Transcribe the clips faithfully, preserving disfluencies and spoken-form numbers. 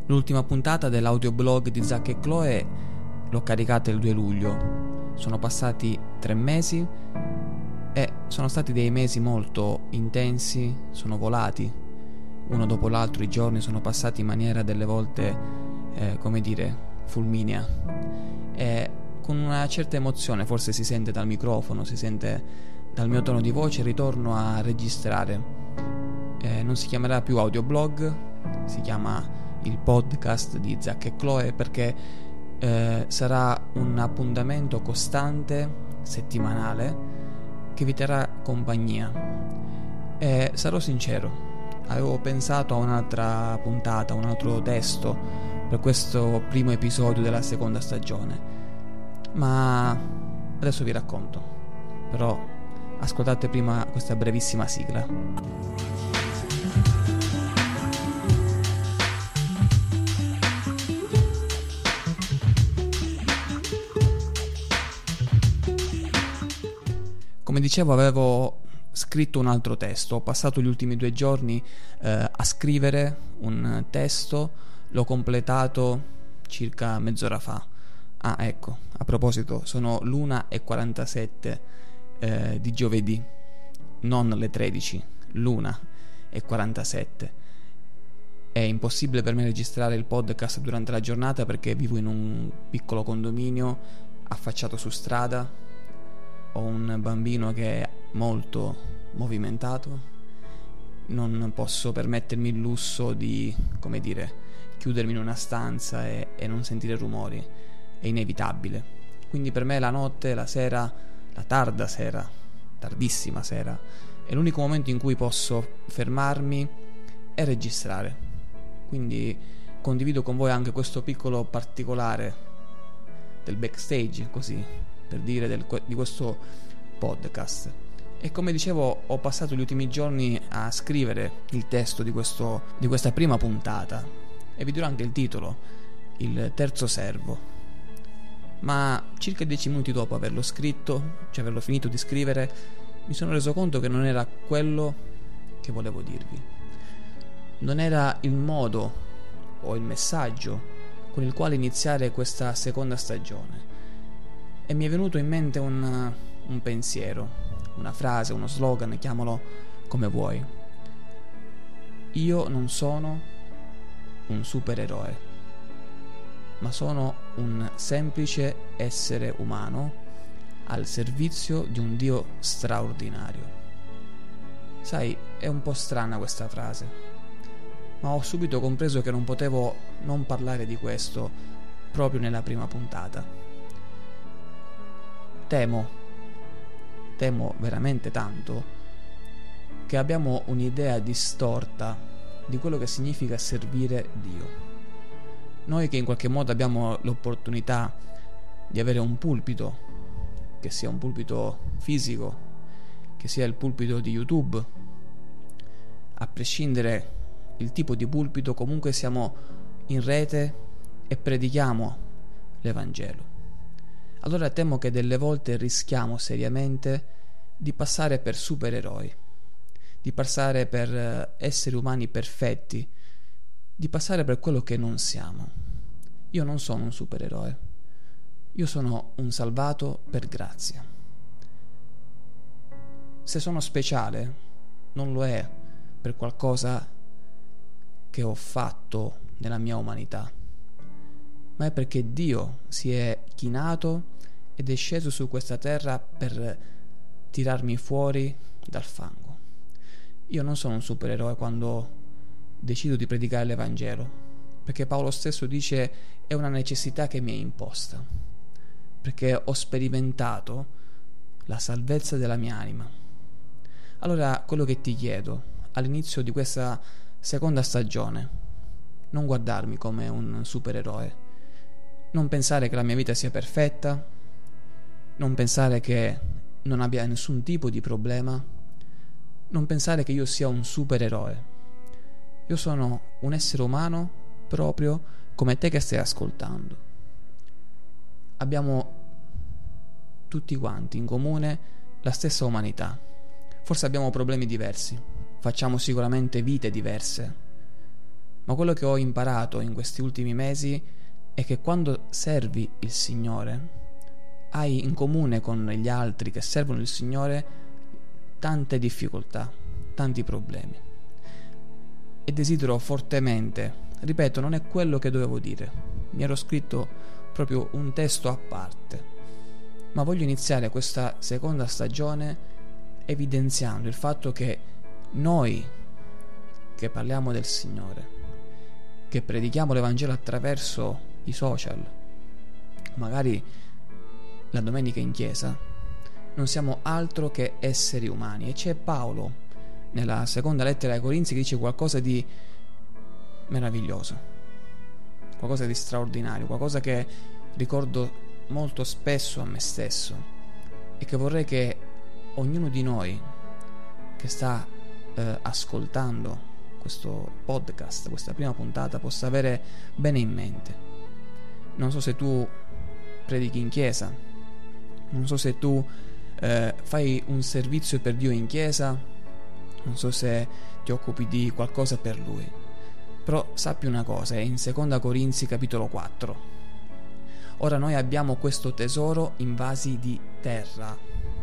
L'ultima puntata dell'audioblog di Zac e Chloe l'ho caricata il due luglio. Sono passati tre mesi e sono stati dei mesi molto intensi, sono volati. Uno dopo l'altro i giorni sono passati in maniera delle volte, eh, come dire, fulminea. E con una certa emozione, forse si sente dal microfono, si sente dal mio tono di voce, ritorno a registrare. Eh, non si chiamerà più audioblog, si chiama il podcast di Zac e Chloe, perché eh, sarà un appuntamento costante, settimanale, che vi terrà compagnia. E sarò sincero, avevo pensato a un'altra puntata, un altro testo per questo primo episodio della seconda stagione, ma adesso vi racconto. Però ascoltate prima questa brevissima sigla. Come dicevo, avevo scritto un altro testo, ho passato gli ultimi due giorni eh, a scrivere un testo, l'ho completato circa mezz'ora fa. Ah, ecco, a proposito, sono l'una e quarantasette eh, di giovedì, non le tredici, l'una e quarantasette. È impossibile per me registrare il podcast durante la giornata perché vivo in un piccolo condominio affacciato su strada. Ho un bambino che è molto movimentato, non posso permettermi il lusso di, come dire, chiudermi in una stanza e, e non sentire rumori, è inevitabile. Quindi per me la notte, la sera, la tarda sera, tardissima sera, è l'unico momento in cui posso fermarmi e registrare. Quindi condivido con voi anche questo piccolo particolare del backstage, così per dire, del, di questo podcast. E come dicevo, ho passato gli ultimi giorni a scrivere il testo di, questo, di questa prima puntata, e vi dirò anche il titolo, Il terzo servo. Ma circa dieci minuti dopo averlo scritto, cioè averlo finito di scrivere, mi sono reso conto che non era quello che volevo dirvi. Non era il modo o il messaggio con il quale iniziare questa seconda stagione. E mi è venuto in mente un, un pensiero, una frase, uno slogan, chiamalo come vuoi. Io non sono un supereroe, ma sono un semplice essere umano al servizio di un Dio straordinario. Sai, è un po' strana questa frase, ma ho subito compreso che non potevo non parlare di questo proprio nella prima puntata. Temo, temo veramente tanto che abbiamo un'idea distorta di quello che significa servire Dio. Noi che in qualche modo abbiamo l'opportunità di avere un pulpito, che sia un pulpito fisico, che sia il pulpito di YouTube, a prescindere il tipo di pulpito, comunque siamo in rete e predichiamo l'Evangelo. Allora temo che delle volte rischiamo seriamente di passare per supereroi, di passare per esseri umani perfetti, di passare per quello che non siamo. Io non sono un supereroe, io sono un salvato per grazia. Se sono speciale, non lo è per qualcosa che ho fatto nella mia umanità, ma è perché Dio si è chinato ed è sceso su questa terra per tirarmi fuori dal fango. Io non sono un supereroe quando decido di predicare l'Evangelo, perché Paolo stesso dice è una necessità che mi è imposta, perché ho sperimentato la salvezza della mia anima. Allora quello che ti chiedo all'inizio di questa seconda stagione, non guardarmi come un supereroe, non pensare che la mia vita sia perfetta, non pensare che non abbia nessun tipo di problema, non pensare che io sia un supereroe. Io sono un essere umano proprio come te che stai ascoltando. Abbiamo tutti quanti in comune la stessa umanità. Forse abbiamo problemi diversi, facciamo sicuramente vite diverse, ma quello che ho imparato in questi ultimi mesi è che quando servi il Signore, hai in comune con gli altri che servono il Signore tante difficoltà, tanti problemi. E desidero fortemente, ripeto, non è quello che dovevo dire, mi ero scritto proprio un testo a parte, ma voglio iniziare questa seconda stagione evidenziando il fatto che noi che parliamo del Signore, che predichiamo l'Evangelo attraverso i social, magari la domenica in chiesa, non siamo altro che esseri umani. E c'è Paolo nella seconda lettera ai Corinzi che dice qualcosa di meraviglioso, qualcosa di straordinario, qualcosa che ricordo molto spesso a me stesso e che vorrei che ognuno di noi che sta eh, ascoltando questo podcast, questa prima puntata, possa avere bene in mente. Non so se tu predichi in chiesa, non so se tu eh, fai un servizio per Dio in chiesa, non so se ti occupi di qualcosa per Lui, però sappi una cosa, è in seconda Corinzi capitolo quattro. Ora noi abbiamo questo tesoro in vasi di terra,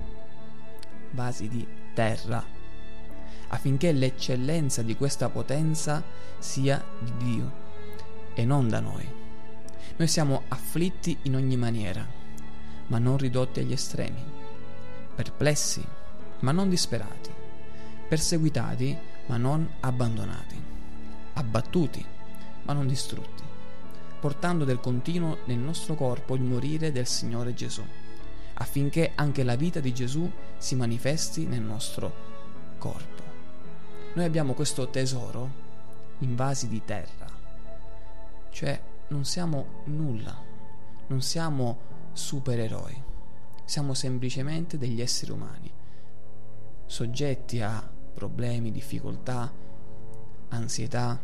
vasi di terra, affinché l'eccellenza di questa potenza sia di Dio e non da noi. Noi siamo afflitti in ogni maniera, ma non ridotti agli estremi, perplessi, ma non disperati, perseguitati, ma non abbandonati, abbattuti, ma non distrutti, portando del continuo nel nostro corpo il morire del Signore Gesù, affinché anche la vita di Gesù si manifesti nel nostro corpo. Noi abbiamo questo tesoro in vasi di terra, cioè non siamo nulla, non siamo supereroi, siamo semplicemente degli esseri umani, soggetti a problemi, difficoltà, ansietà,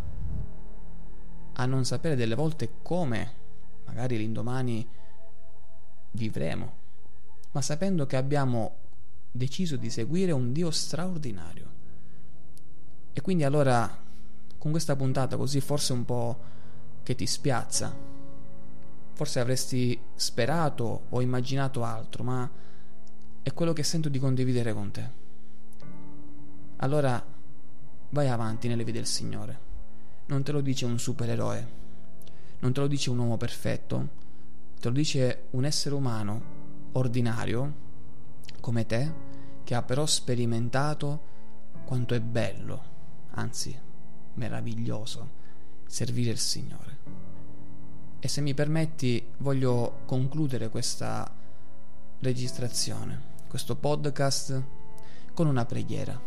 a non sapere delle volte come magari l'indomani vivremo, ma sapendo che abbiamo deciso di seguire un Dio straordinario. E quindi allora, con questa puntata così forse un po' che ti spiazza, forse avresti sperato o immaginato altro, ma è quello che sento di condividere con te. Allora vai avanti nelle vie del Signore. Non te lo dice un supereroe, non te lo dice un uomo perfetto, te lo dice un essere umano ordinario come te, che ha però sperimentato quanto è bello, anzi meraviglioso, servire il Signore. E se mi permetti voglio concludere questa registrazione, questo podcast, con una preghiera.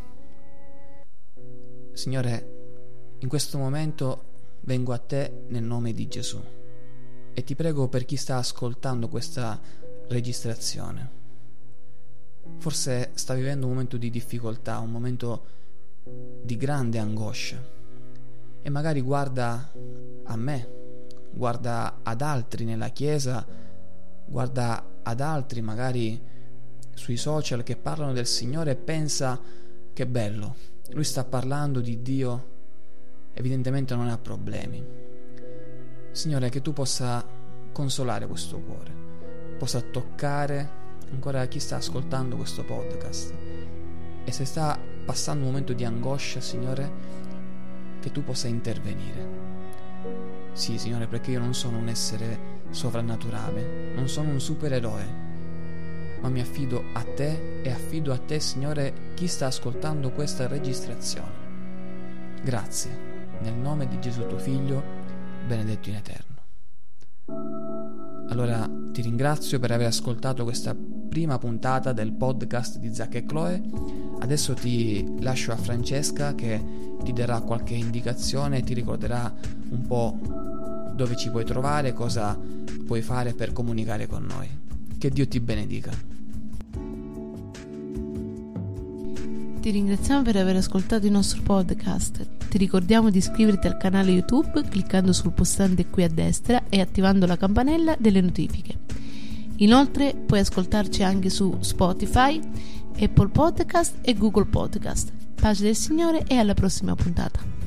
Signore, in questo momento vengo a te nel nome di Gesù e ti prego per chi sta ascoltando questa registrazione. Forse sta vivendo un momento di difficoltà, un momento di grande angoscia e magari guarda a me, guarda ad altri nella chiesa, guarda ad altri magari sui social che parlano del Signore e pensa che bello, lui sta parlando di Dio, evidentemente non ha problemi. Signore, che tu possa consolare questo cuore, possa toccare ancora chi sta ascoltando questo podcast, e se sta passando un momento di angoscia, Signore, che tu possa intervenire. Sì, Signore, perché io non sono un essere sovrannaturale, non sono un supereroe, ma mi affido a te e affido a te, Signore, chi sta ascoltando questa registrazione. Grazie, nel nome di Gesù tuo Figlio, benedetto in eterno. Allora ti ringrazio per aver ascoltato questa prima puntata del podcast di Zac e Chloe. Adesso ti lascio a Francesca che ti darà qualche indicazione e ti ricorderà un po' dove ci puoi trovare, cosa puoi fare per comunicare con noi. Che Dio ti benedica. Ti ringraziamo per aver ascoltato il nostro podcast. Ti ricordiamo di iscriverti al canale YouTube cliccando sul pulsante qui a destra e attivando la campanella delle notifiche. Inoltre puoi ascoltarci anche su Spotify, Apple Podcast e Google Podcast. Pace del Signore e alla prossima puntata.